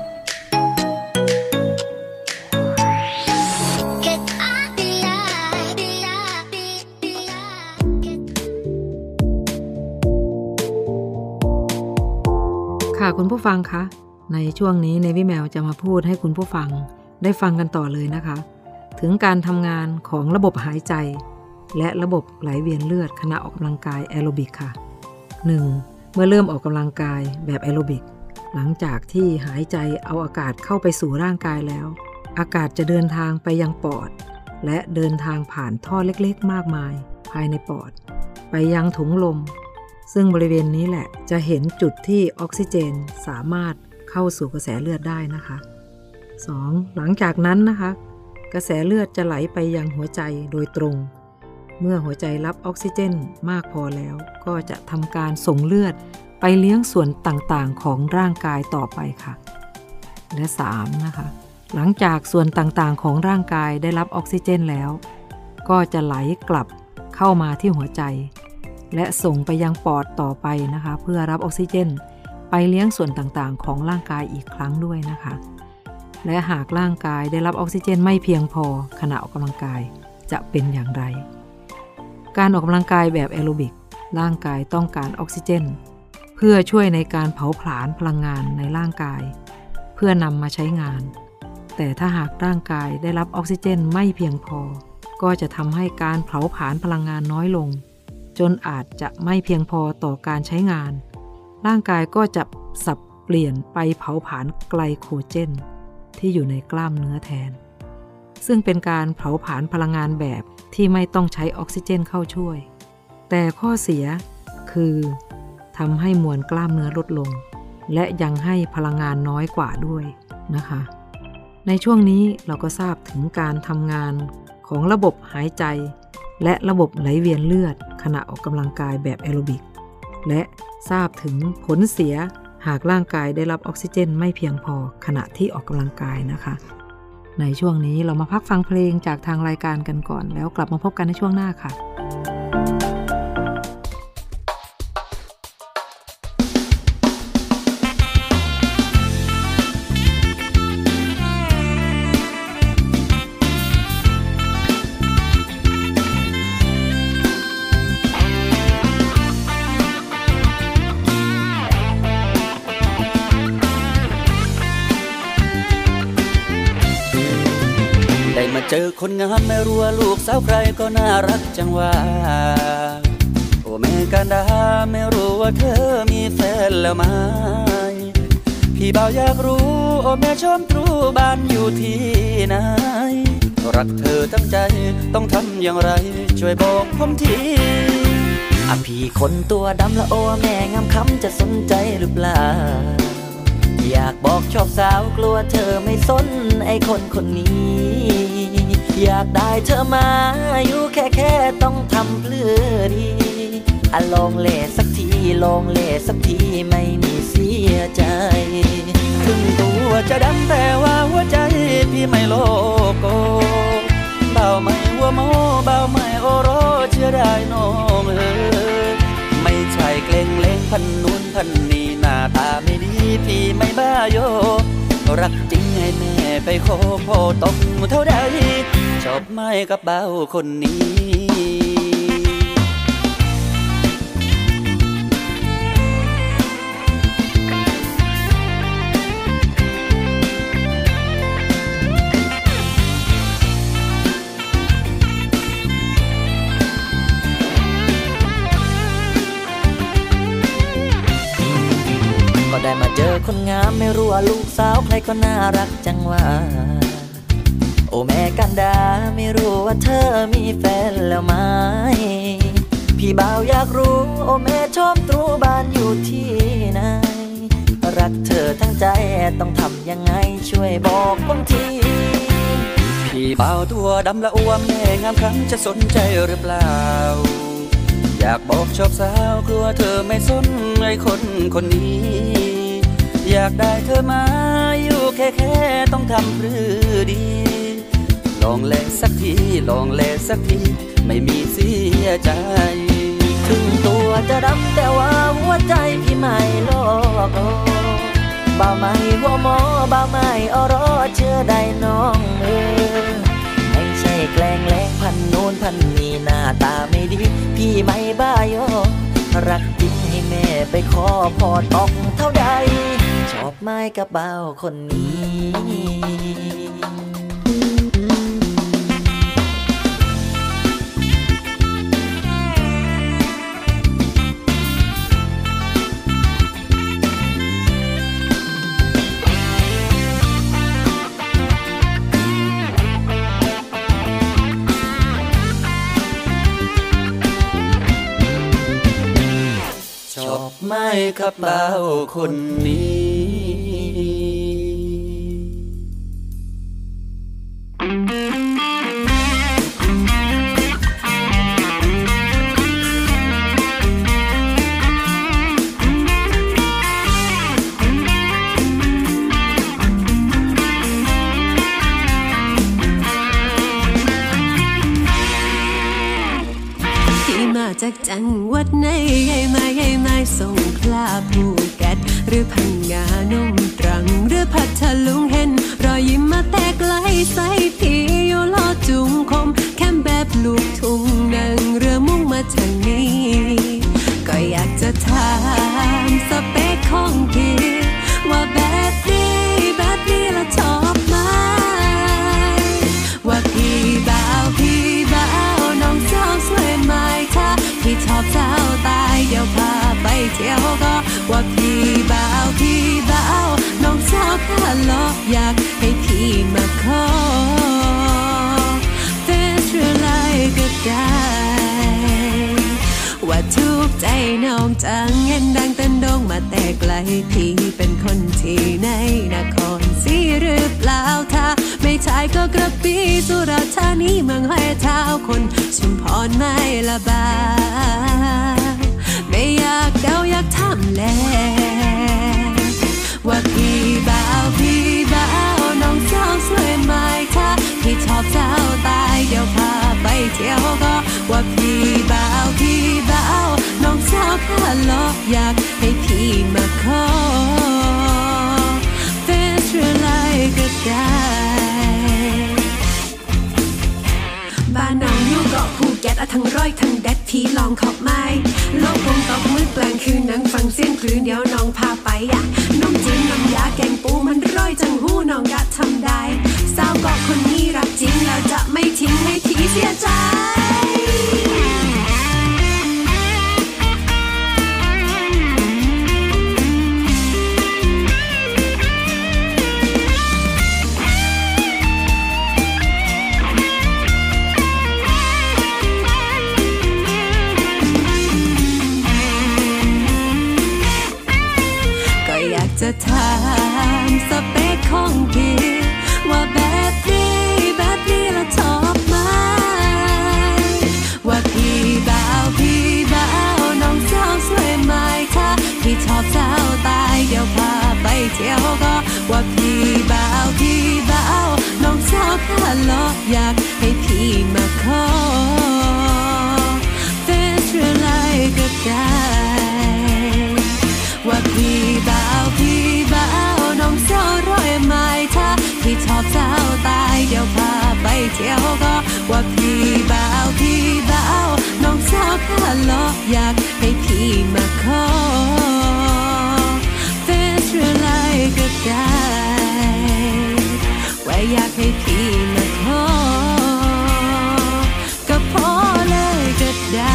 ค่ะคุณผู้ฟังคะในช่วงนี้ Navy แมวจะมาพูดให้คุณผู้ฟังได้ฟังกันต่อเลยนะคะถึงการทำงานของระบบหายใจและระบบไหลเวียนเลือดขณะออกกำลังกายแอโรบิกค่ะ หนึ่ง. เมื่อเริ่มออกกำลังกายแบบแอโรบิกหลังจากที่หายใจเอาอากาศเข้าไปสู่ร่างกายแล้วอากาศจะเดินทางไปยังปอดและเดินทางผ่านท่อเล็กๆมากมายภายในปอดไปยังถุงลมซึ่งบริเวณนี้แหละจะเห็นจุดที่ออกซิเจนสามารถเข้าสู่กระแสเลือดได้นะคะ สอง. หลังจากนั้นนะคะกระแสเลือดจะไหลไปยังหัวใจโดยตรงเมื่อหัวใจรับออกซิเจนมากพอแล้วก็จะทำการส่งเลือดไปเลี้ยงส่วนต่างๆของร่างกายต่อไปค่ะและ สาม. นะคะหลังจากส่วนต่างๆของร่างกายได้รับออกซิเจนแล้วก็จะไหลกลับเข้ามาที่หัวใจและส่งไปยังปอดต่อไปนะคะเพื่อรับออกซิเจนไปเลี้ยงส่วนต่างๆของร่างกายอีกครั้งด้วยนะคะและหากร่างกายได้รับออกซิเจนไม่เพียงพอขณะออกกำลังกายจะเป็นอย่างไรการออกกำลังกายแบบแอโรบิกร่างกายต้องการออกซิเจนเพื่อช่วยในการเผาผลาญพลังงานในร่างกายเพื่อนำมาใช้งานแต่ถ้าหากร่างกายได้รับออกซิเจนไม่เพียงพอก็จะทำให้การเผาผลาญพลังงานน้อยลงจนอาจจะไม่เพียงพอต่อการใช้งานร่างกายก็จะสับเปลี่ยนไปเผาผลาญไกลโคเจนที่อยู่ในกล้ามเนื้อแทนซึ่งเป็นการเผาผลาญพลังงานแบบที่ไม่ต้องใช้ออกซิเจนเข้าช่วยแต่ข้อเสียคือทำให้มวลกล้ามเนื้อลดลงและยังให้พลังงานน้อยกว่าด้วยนะคะในช่วงนี้เราก็ทราบถึงการทำงานของระบบหายใจและระบบไหลเวียนเลือดขณะออกกำลังกายแบบแอโรบิกและทราบถึงผลเสียหากร่างกายได้รับออกซิเจนไม่เพียงพอขณะที่ออกกำลังกายนะคะในช่วงนี้เรามาพักฟังเพลงจากทางรายการกันก่อนแล้วกลับมาพบกันในช่วงหน้าค่ะเจอคนงามไม่รู้ว่าลูกสาวใครก็น่ารักจังว่าโอ้แม่กันดาไม่รู้ว่าเธอมีแฟนแล้วไหมพี่บ่าวอยากรู้โอ้แม่ชมตรูบ้านอยู่ที่ไหนรักเธอตั้งใจต้องทำอย่างไรช่วยบอกผมทีอ่ะพี่คนตัวดำละโอ้แม่งามคำจะสนใจหรือเปล่าอยากบอกชอบสาวกลัวเธอไม่สนไอ้คนคนนี้อยากได้เธอมาอยู่แค่แค่ต้องทำเพื่อดีอ่ะลองเล่สักทีลองเล่สักทีไม่มีเสียใจถึงตัวจะดำแต่ว่าหัวใจพี่ไม่โลโกเบาไม่หัวโมเบาไม่โอโรเชื่อได้น้องเอ๋ยไม่ใช่เกรงเล้งพันนู้นพันนี้หน้าตาไม่ดีพี่ไม่บ้าโยรักจริงให้แม่ไปโคโพตกเท่าใดชอบไม่กับเบาคนนี้ก็ได้มาเจอคนงามไม่รู้ว่าลูกสาวใครก็น่ารักจังว่าโอ้แม่กันดาไม่รู้ว่าเธอมีแฟนแล้วไหม พี่พี่บ่าวอยากรู้โอแม่ชมตรูบ้านอยู่ที่ไหนรักเธอทั้งใจต้องทำยังไงช่วยบอกผมทีพี่บ่าวตัวดำละอ้วมแม่งามครั้งจะสนใจหรือเปล่าอยากบอกชอบสาวกลัวเธอไม่สนไอ้คนคนนี้อยากได้เธอมาอยู่แค่แค่ต้องทำหรือดีลองแลสักทีลองแลสักทีไม่มีเสียใจถึงตัวจะดำแต่ว่าหัวใจพี่ไม่ลอกบ่าวไม่หัวหมอบ่าวไม่อรอเชื่อได้น้องเออไม่ใช่แกล้งแล้งพันโน้นพันนี้หน้าตาไม่ดีพี่ไม่บ้ายอรักจริงให้แม่ไปขอพอตอกเท่าใดชอบไม้กับบ่าวคนนี้ไม่กับเบาคนนี้จากจังหวัดไหนให้มาให้มาส่งคลาภูเก็ตหรือพังงานุ่มตรังหรือพัทลุงเห็นรอยยิ้มมาแต่ไกลใส่พี่อยู่ลอจุงคมแค่แบบลูกทุ่งนั่งเรือมุ่งมาทางนี้ก็อยากจะถามสเปคของพี่ว่าแบบนี้แบบนี้ละชอบไหมว่าพี่บ่าวพี่บ่าวน้องสาวสวยไหมคะพี่ชอบสาวตายเดี๋ยวพาไปเที่ยวก็ว่าพี่บ่าวพี่บ่าวน้องสาวทะเลาะอยากให้พี่มาขอเฟซไลน์ก็ได้ว่าทุกใจน้องจังเห็นดังเต้นโด่งมาแต่ไกลพี่เป็นคนที่ไหนนครศรีหรือเปล่าถ้าไม่ใช่ก็กระบี่สุราษฎร์ธานีเมืองห้อยเท้าคนชุมพรไม่ละบาไม่อยากเดาอยากทำแลว่าพี่บ่าวพี่บ่าวน้องสาวสวยไหมคะพี่ชอบสาวตายเดี๋ยวพาไปเที่ยวก็ว่าพี่บ่าวพี่บ่าวน้องสาวทะเลาะอยากให้พี่มาขอเฟซไลน์ก็ได้บ้านน้องอยู่เกาะภูเก็ตอะทั้งร้อยทั้งแดดพี่ลองขอบไม้โลกคงตกมืดกลางคืนนั่งฟังเสียงคลื่นเดี๋ยวน้องพาไปอะน้องจีนน้ำยาแกงปูมันร้อยจังหูน้องกะทำได้สาวเกาะคนนี้รักจริงแล้วจะไม่ทิ้งให้พี่เสียใจจะถามสเปคของพี่ว่าแบบนี้แบบนี้ละชอบไหมว่าพี่บ่าวพี่บ่าวน้องสาวสวยไหมคะพี่ชอบสาวตายเดี๋ยวพาไปเที่ยวก็ว่าพี่บ่าวพี่บ่าวน้องสาวทะเลาะอยากให้พี่มาขอเฟซไลน์ก็ได้ว่าพี่บ่าวพี่บ่าวน้องสาวร้อยไม้ถ้าพี่ชอบสาวตายเดี๋ยวพาไปเที่ยวก็ว่าพี่บ่าวพี่บ่าวน้องสาวทะเลาะอยากให้พี่มาขอเฟซไลน์ก็ได้ว่าอยากให้พี่มาขอก็พอเลยก็ได้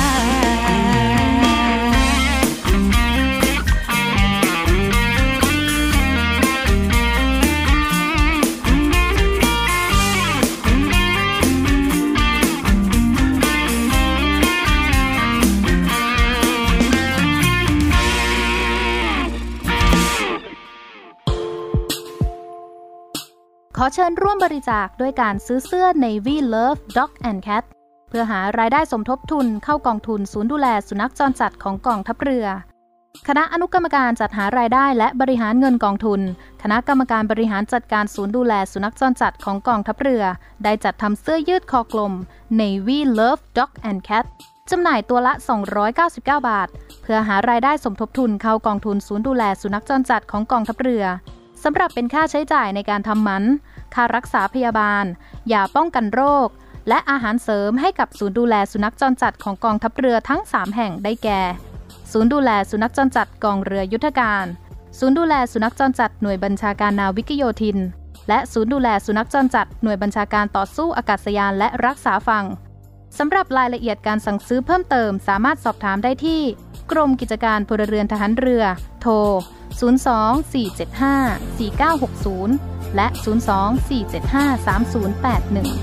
อเชิญร่วมบริจาคด้วยการซื้อเสื้อ Navy Love Dog and Cat เพื่อหารายได้สมทบทุนเข้ากองทุนศูนย์ดูแลสุนัขจรจัดของกองทัพเรือคณะอนุกรรมการจัดหารายได้และบริหารเงินกองทุนคณะกรรมการบริหารจัดการศูนย์ดูแลสุนัขจรจัดของกองทัพเรือได้จัดทำเสื้อยืดคอกลม Navy Love Dog and Cat จำหน่ายตัวละสองร้อยเก้าสิบเก้าบาทเพื่อหารายได้สมทบทุนเข้ากองทุนศูนย์ดูแลสุนัขจรจัดของกองทัพเรือสำหรับเป็นค่าใช้จ่ายในการทำหมันค่ารักษาพยาบาลยาป้องกันโรคและอาหารเสริมให้กับศูนย์ดูแลสุนัขจรจัดของกองทัพเรือทั้งสามแห่งได้แก่ศูนย์ดูแลสุนัขจรจัดกองเรือยุทธการศูนย์ดูแลสุนัขจรจัดหน่วยบัญชาการนาวิกโยธินและศูนย์ดูแลสุนัขจรจัดหน่วยบัญชาการต่อสู้อากาศยานและรักษาฝั่งสำหรับรายละเอียดการสั่งซื้อเพิ่มเติมสามารถสอบถามได้ที่กรมกิจการพลเรือนทหารเรือโทรศูนย์ สอง สี่ เจ็ด ห้า สี่ เก้า หก ศูนย์และศูนย์ สอง สี่ เจ็ด ห้า สาม ศูนย์ แปด หนึ่ง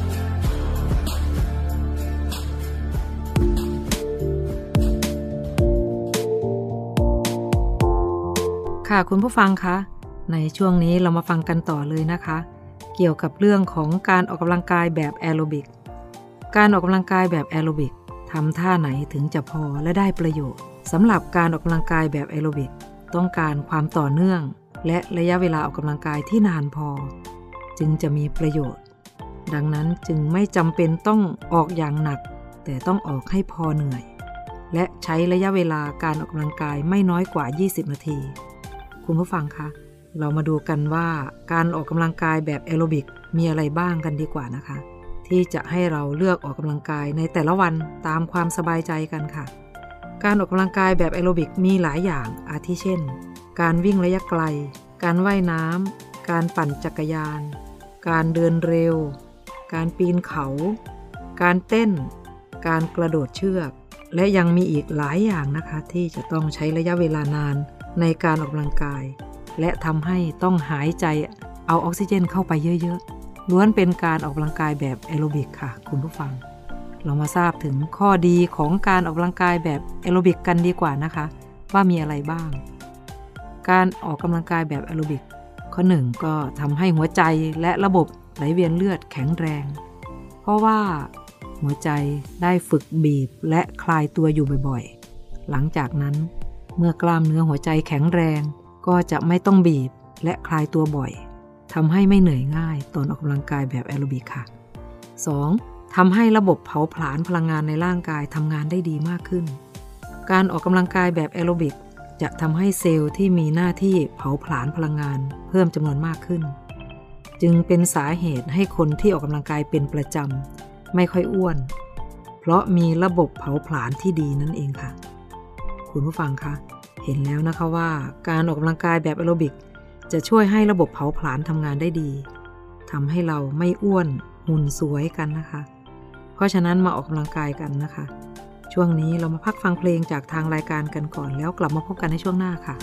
ค่ะคุณผู้ฟังคะในช่วงนี้เรามาฟังกันต่อเลยนะคะเกี่ยวกับเรื่องของการออกกำลังกายแบบแอโรบิกการออกกำลังกายแบบแอโรบิกทำท่าไหนถึงจะพอและได้ประโยชน์สำหรับการออกกำลังกายแบบแอโรบิกต้องการความต่อเนื่องและระยะเวลาออกกำลังกายที่นานพอจึงจะมีประโยชน์ดังนั้นจึงไม่จำเป็นต้องออกอย่างหนักแต่ต้องออกให้พอเหนื่อยและใช้ระยะเวลาการออกกำลังกายไม่น้อยกว่ายี่สิบนาทีคุณผู้ฟังคะเรามาดูกันว่าการออกกำลังกายแบบแอโรบิกมีอะไรบ้างกันดีกว่านะคะที่จะให้เราเลือกออกกำลังกายในแต่ละวันตามความสบายใจกันค่ะการออกกำลังกายแบบแอโรบิกมีหลายอย่างอาทิเช่นการวิ่งระยะไกลการว่ายน้ำการปั่นจักรยานการเดินเร็วการปีนเขาการเต้นการกระโดดเชือกและยังมีอีกหลายอย่างนะคะที่จะต้องใช้ระยะเวลานานในการออกกำลังกายและทำให้ต้องหายใจเอาออกซิเจนเข้าไปเยอะๆล้วนเป็นการออกกำลังกายแบบแอโรบิกค่ะคุณผู้ฟังเรามาทราบถึงข้อดีของการออกกำลังกายแบบแอโรบิกกันดีกว่านะคะว่ามีอะไรบ้างการออกกำลังกายแบบแอโรบิกข้อหนึ่งก็ทำให้หัวใจและระบบไหลเวียนเลือดแข็งแรงเพราะว่าหัวใจได้ฝึกบีบและคลายตัวอยู่บ่อยๆหลังจากนั้นเมื่อกล้ามเนื้อหัวใจแข็งแรงก็จะไม่ต้องบีบและคลายตัวบ่อยทำให้ไม่เหนื่อยง่ายตอนออกกำลังกายแบบแอโรบิกค่ะ สอง. ทำให้ระบบเผาผลาญพลังงานในร่างกายทำงานได้ดีมากขึ้นการออกกำลังกายแบบแอโรบิกจะทำให้เซลล์ที่มีหน้าที่เผาผลาญพลังงานเพิ่มจำนวนมากขึ้นจึงเป็นสาเหตุให้คนที่ออกกำลังกายเป็นประจำไม่ค่อยอ้วนเพราะมีระบบเผาผลาญที่ดีนั่นเองค่ะคุณผู้ฟังคะเห็นแล้วนะคะว่าการออกกำลังกายแบบแอโรบิกจะช่วยให้ระบบเผาผลาญทำงานได้ดีทำให้เราไม่อ้วนหุ่นสวยกันนะคะเพราะฉะนั้นมาออกกำลังกายกันนะคะช่วงนี้เรามาพักฟังเพลงจากทางรายการกันก่อนแล้วกลับมาพบกันในช่วงหน้าค่ะ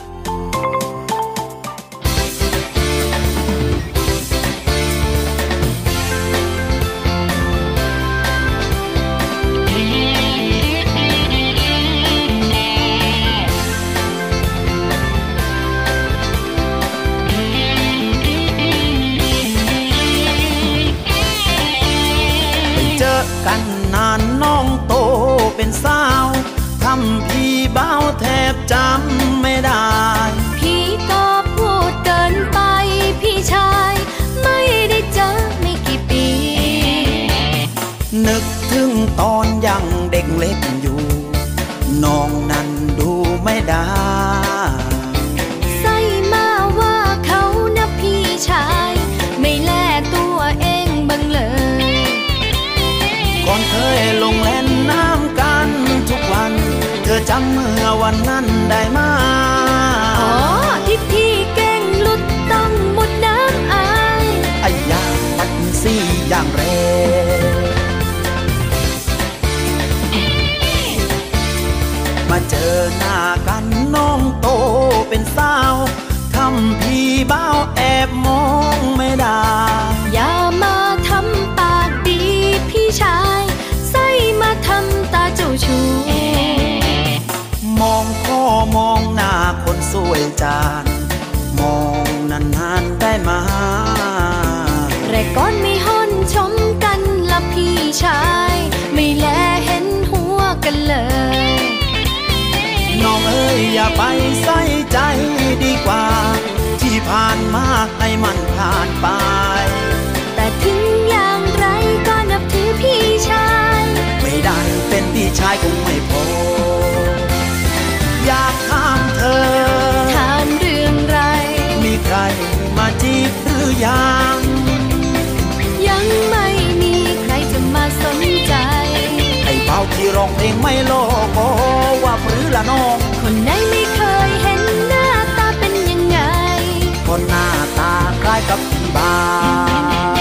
กันนานน้องโตเป็นสาวทำพี่เบ้าแทบจำไม่ได้พี่ก็พูดเกินไปพี่ชายไม่ได้เจอไม่กี่ปีนึกถึงตอนยังเด็กเล็กอยู่น้องนั้นดูไม่ได้ใส่มาว่าเขานะพี่ชายไม่แลตัวเองบังเลยก่อนเคยลงเล่นน้ำกันทุกวันเธอจำเมื่อวันนั้นได้ไหมอ๋อที่พี่เก่งหลุดต้องมุดน้ำอายไอ้ยางปัดซี่อย่างแรงมาเจอหน้ากันน้องโตเป็นสาวทำพี่เบ้าแอบมองไม่ได้อย่ามาทำปากดีพี่ชายใส่มาทำตาเจ้าชู้มองพ่อมองหน้าคนสวยจานมองนานๆได้มาแรแต่ก่อนไม่ห้อนชมกันละพี่ชายไม่แลเห็นหัวกันเลยน้องเอ้ยอย่าไปใส่ใจดีกว่าที่ผ่านมาให้มันผ่านไปแต่ถึงอย่างไรก็นับถือพี่ชายไม่ได้เป็นพี่ชายคงไม่พออยากถามเธอถามเรื่องไรมีใครมาจีบหรือยังยังไม่มีใครจะมาสนใจไอ้เบาที่ร้องเพลงไม่โลโกว่าหรือละน้องคนไหนไม่เคยเห็นหน้าตาเป็นยังไงคนหน้าตาคล้ายกับพี่บ่าว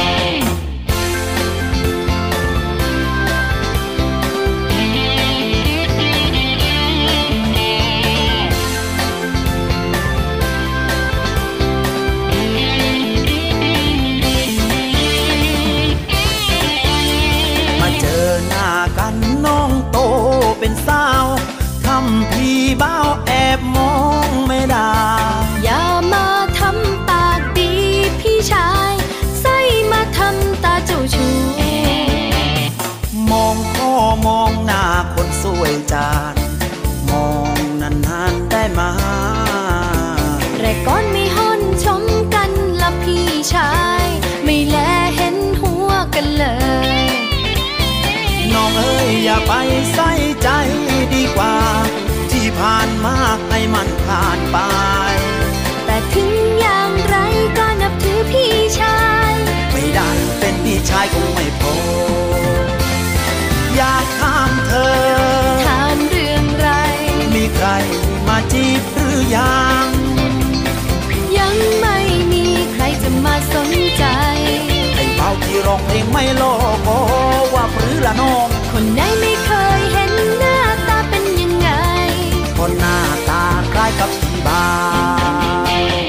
เป็นสาวทำพี่บ้าวแอบมองไม่ได้อย่ามาทำปากดีพี่ชายใส่มาทำตาเจ้าชู้มองพ่อมองหน้าคนสวยจานมองนานๆได้มาแต่ก่อนไม่ห้อนชมกันละพี่ชายไม่แลเห็นหัวกันเลยน้องเอ้ยอย่าไปใส่ใจดีกว่าที่ผ่านมาให้มันผ่านไปแต่ถึงอย่างไรก็นับถือพี่ชายไม่ได้เป็นพี่ชายคงไม่พออยากถามเธอถามเรื่องไรมีใครมาจีบหรือยังยังไม่มีใครจะมาสนใจไอ้เบาที่ร้องเพลงไม่โลโกว่าหรือละน้องคนไหนไม่เคยเห็นหน้าตาเป็นยังไงคนหน้าตาคล้ายกับพี่บ่าว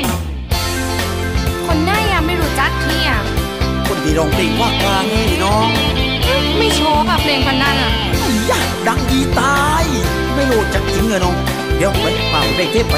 คนหน้ายังไม่รู้จักเนี่ยคนที่ร้องเพลงว่ากลางนี่น้องไม่โชว์แบบเพลงพันนั้นอ่ะอยากดังดีตายไม่รู้จักจริงเหรอน้องเดี๋ยวไปเป่าเพลงเทปไป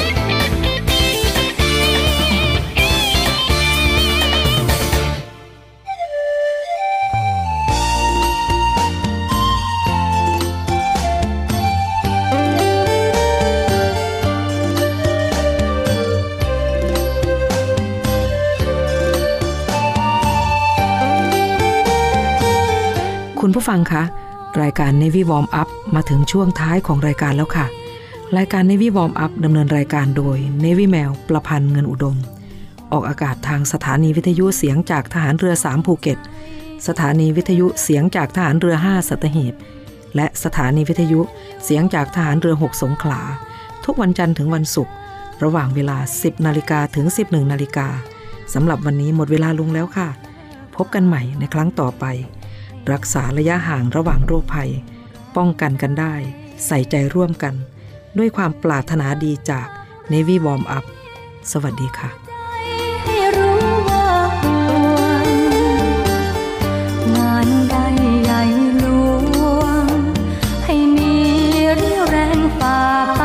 คุณผู้ฟังคะรายการ Navy Warm Up มาถึงช่วงท้ายของรายการแล้วค่ะรายการ Navy Warm Up ดำเนินรายการโดย Navy แมวประพันธ์เงินอุดมออกอากาศทางสถานีวิทยุเสียงจากทหารเรือสามภูเก็ตสถานีวิทยุเสียงจากทหารเรือห้าสัตหีบและสถานีวิทยุเสียงจากทหารเรือหกสงขลาทุกวันจันทร์ถึงวันศุกร์ระหว่างเวลา สิบนาฬิกาถึง สิบเอ็ดนาฬิกาสำหรับวันนี้หมดเวลาลงแล้วค่ะพบกันใหม่ในครั้งต่อไปรักษาระยะห่างระหว่างโรคภัยป้องกันกันได้ใส่ใจร่วมกันด้วยความปรารถนาดีจาก Navy Warm Up สวัสดีค่ะให้รู้ว่าห่วงงานใดใหญ่หลวงให้มีเรี่ยวแรงฝ่าไป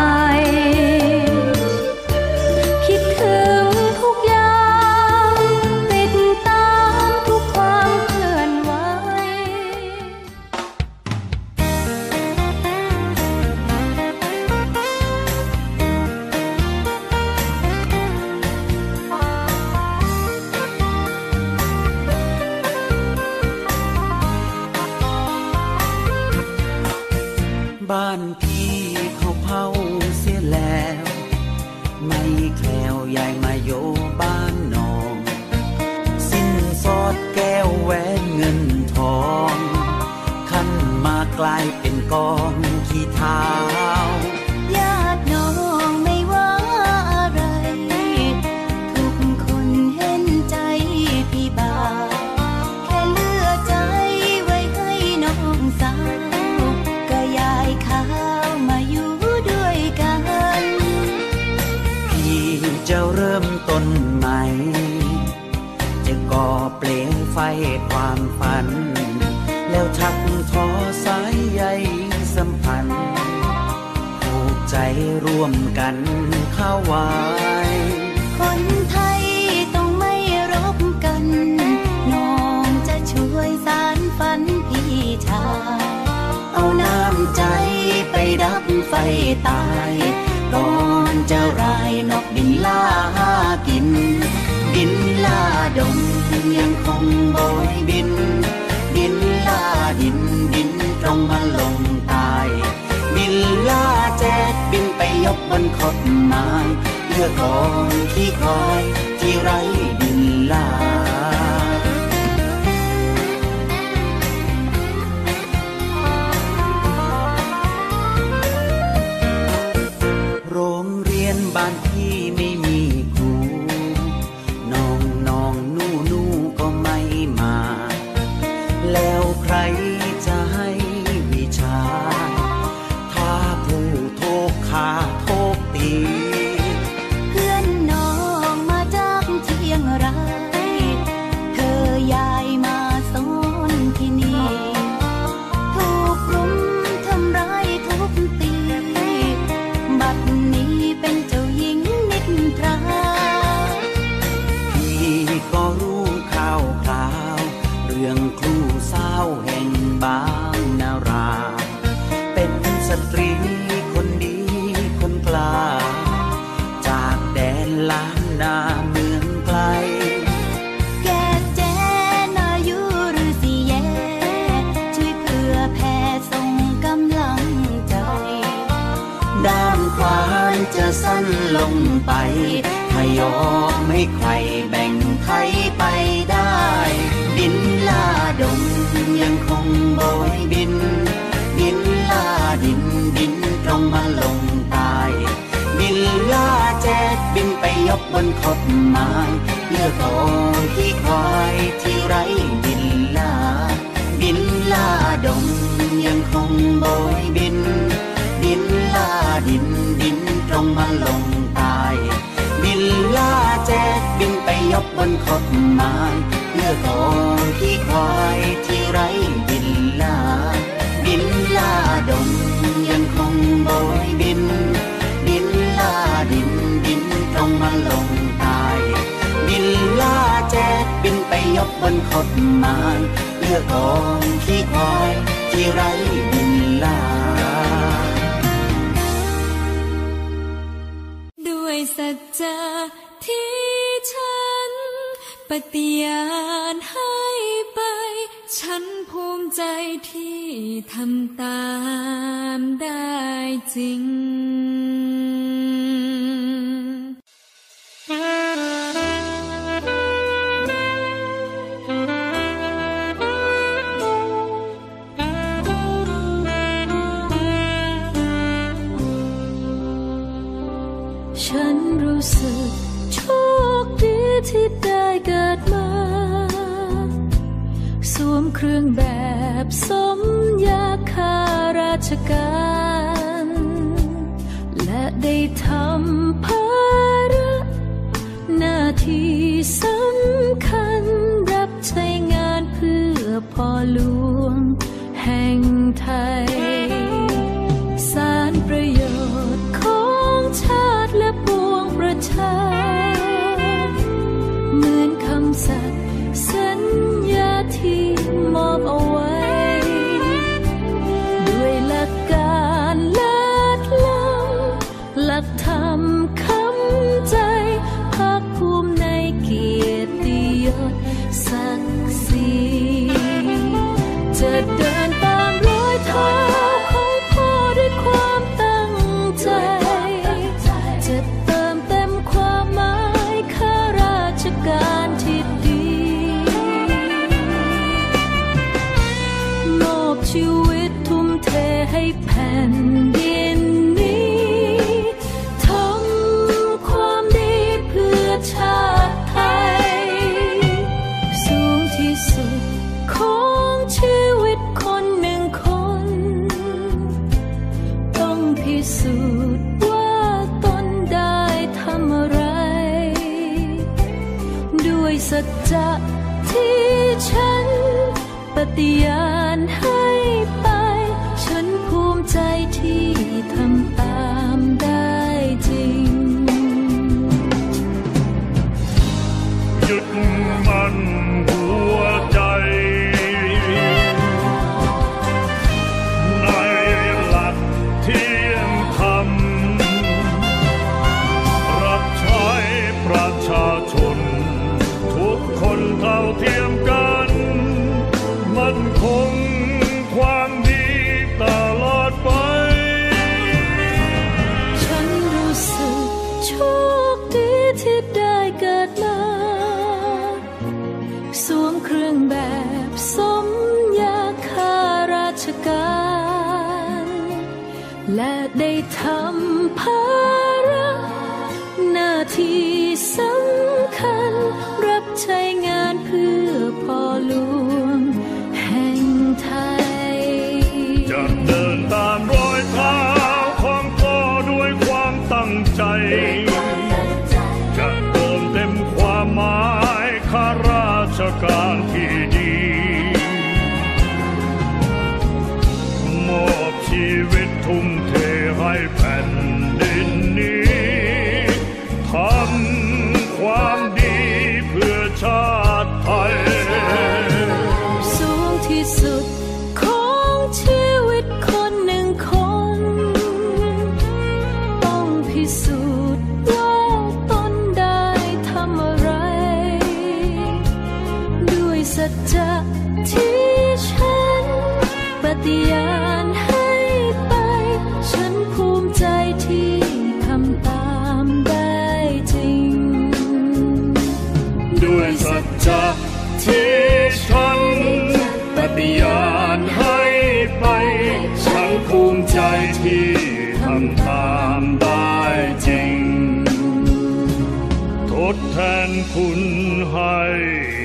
คิดถึงทุกอย่างติดตามทุกความเคลื่อนไหวบ้านพี่เขาเผาเสียแล้วไม่แคล้วย้ายมาโยบ้านน้องสิ้นสอดแก้วแหวนเงินทองขันมากลายเป็นกองขี้เท้าญาติน้องไม่ว่าอะไรทุกคนเห็นใจพี่บ่าวแค่เลือกใจไว้ให้น้องสาวก็ยายข้าวมาอยู่ด้วยกันพี่จะเริ่มต้นใหม่จะก่อเปลวไฟความฝันแล้วชักทอสายใยสัมพันธ์ผูกใจร่วมกันเข้าไว้คนไทยต้องไม่รบกันน้องตายก่อนจะรายนกบินล่ากินบินล่าดงยังคงโบยบินบินล่าดินดินตรงมาลงตายบินล่าแจ๊ดบินไปยกบนขดไม้เลือกก่อนที่คอยที่ไรบินล่าโรงเรียนบ้านพี่ไม่มีครูน้องน้องนู่นู่ก็ไม่มาแล้วใครจะให้วิชาถ้าผู้โทษขาโทษตีเพื่อนน้องมาจากเชียงรายเธอย้ายมาสอนที่นี่ถูกรุมทำร้ายทุบตีบัดนี้เป็นเจ้าหญิงนิทราพี่ก็รู้ข่าวคราวเรื่องครูสาวแห่งบางนาราเป็นสตรีคนดีคนกล้าจากแดนล้านนาเมืองไกลแก่แจ้นายุหรือสิแย่ช่วยเพื่อแผ่ส่งกำลังใจด้ามขวานจะสั้นลงไปถ้ายอมให้ใครแบ่งไทยไปได้บินล่าดงยังคงโบยบินบินล่าดินดินตรงมาลงตายบินล่าแจ๊ดบินไปยกบนขดไม้เลือกก่อนที่ควายที่ไรบินล่าบินล่าดงยังคงโบยบินบินล่าดินดินตรงมาลงตายบินล่าแจ๊ดบินไปยกบนขดไม้เลือกก่อนที่ควายที่ไรบินล่าบินล่าดงยังคงโบยบินบินล่าดินดินตรงมาลงตายบินล่าแจ๊ดบินไปยกบนขดไม้เลือกก่อนที่ควายที่ไรบินล่าด้วยสัจจะที่ฉันปฏิญาณให้ไปฉันภูมิใจที่ทำตามได้จริงฉันรู้สึกโชคดีที่ได้เกิดมาสวมเครื่องแบบสมยาข้าราชการและได้ทำภาระหน้าที่สำคัญรับใช้งานเพื่อพ่อหลวงแห่งไทยสารประโยชน์ของชาติและปวงประชาเหมือนคำสัตย์สัญญาที่มอบเอาไว้ด้วยหลักการเลิศล้ำหลักธรรมคำใจภาคภูมิในเกียรติยศศักดิ์ศรีจะเดินตามรอยเท้าของพ่อด้วยความตั้งใจจะเติมเต็มความหมายข้าราชการที่ดีมอบชีวิตทุ่มเทให้แผ่นดินนี้ทำความดีเพื่อชาติไทยสูงที่สุดของชีวิตคนหนึ่งคนต้องพิสูจน์ว่าตนได้ทำอะไรด้วยสัจจะที่ฉันปฏิญาณให้ไปฉันภูมิใจที่ทำตามได้จริงยึดมั่นหัวใจในหลักเที่ยงธได้ทำภาระหน้าที่สำคัญรับใช้งานเพื่อพ่อหลวงแห่งไทยจะเดินตามรอยเท้าของพ่อด้วยความตั้งใจจะเติมเต็มความหมายข้าราชการที่ดีมอบชีวิตทุ่มเทให้แผ่นดินนี้ทำความดีเพื่อชาติไทยสูงที่สุดของชีวิตคนหนึ่งคนต้องพิสูจน์ว่าตนได้ทำอะไรด้วยสัจจะที่ฉันปฏิญาณให้ไปฉันภูมิใจที่ทำตามได้จริงด้วยสัจจะที่ฉันปฏิญาณให้ไปฉันภูมิใจที่ทำตามได้จริงทดแทนคุณให้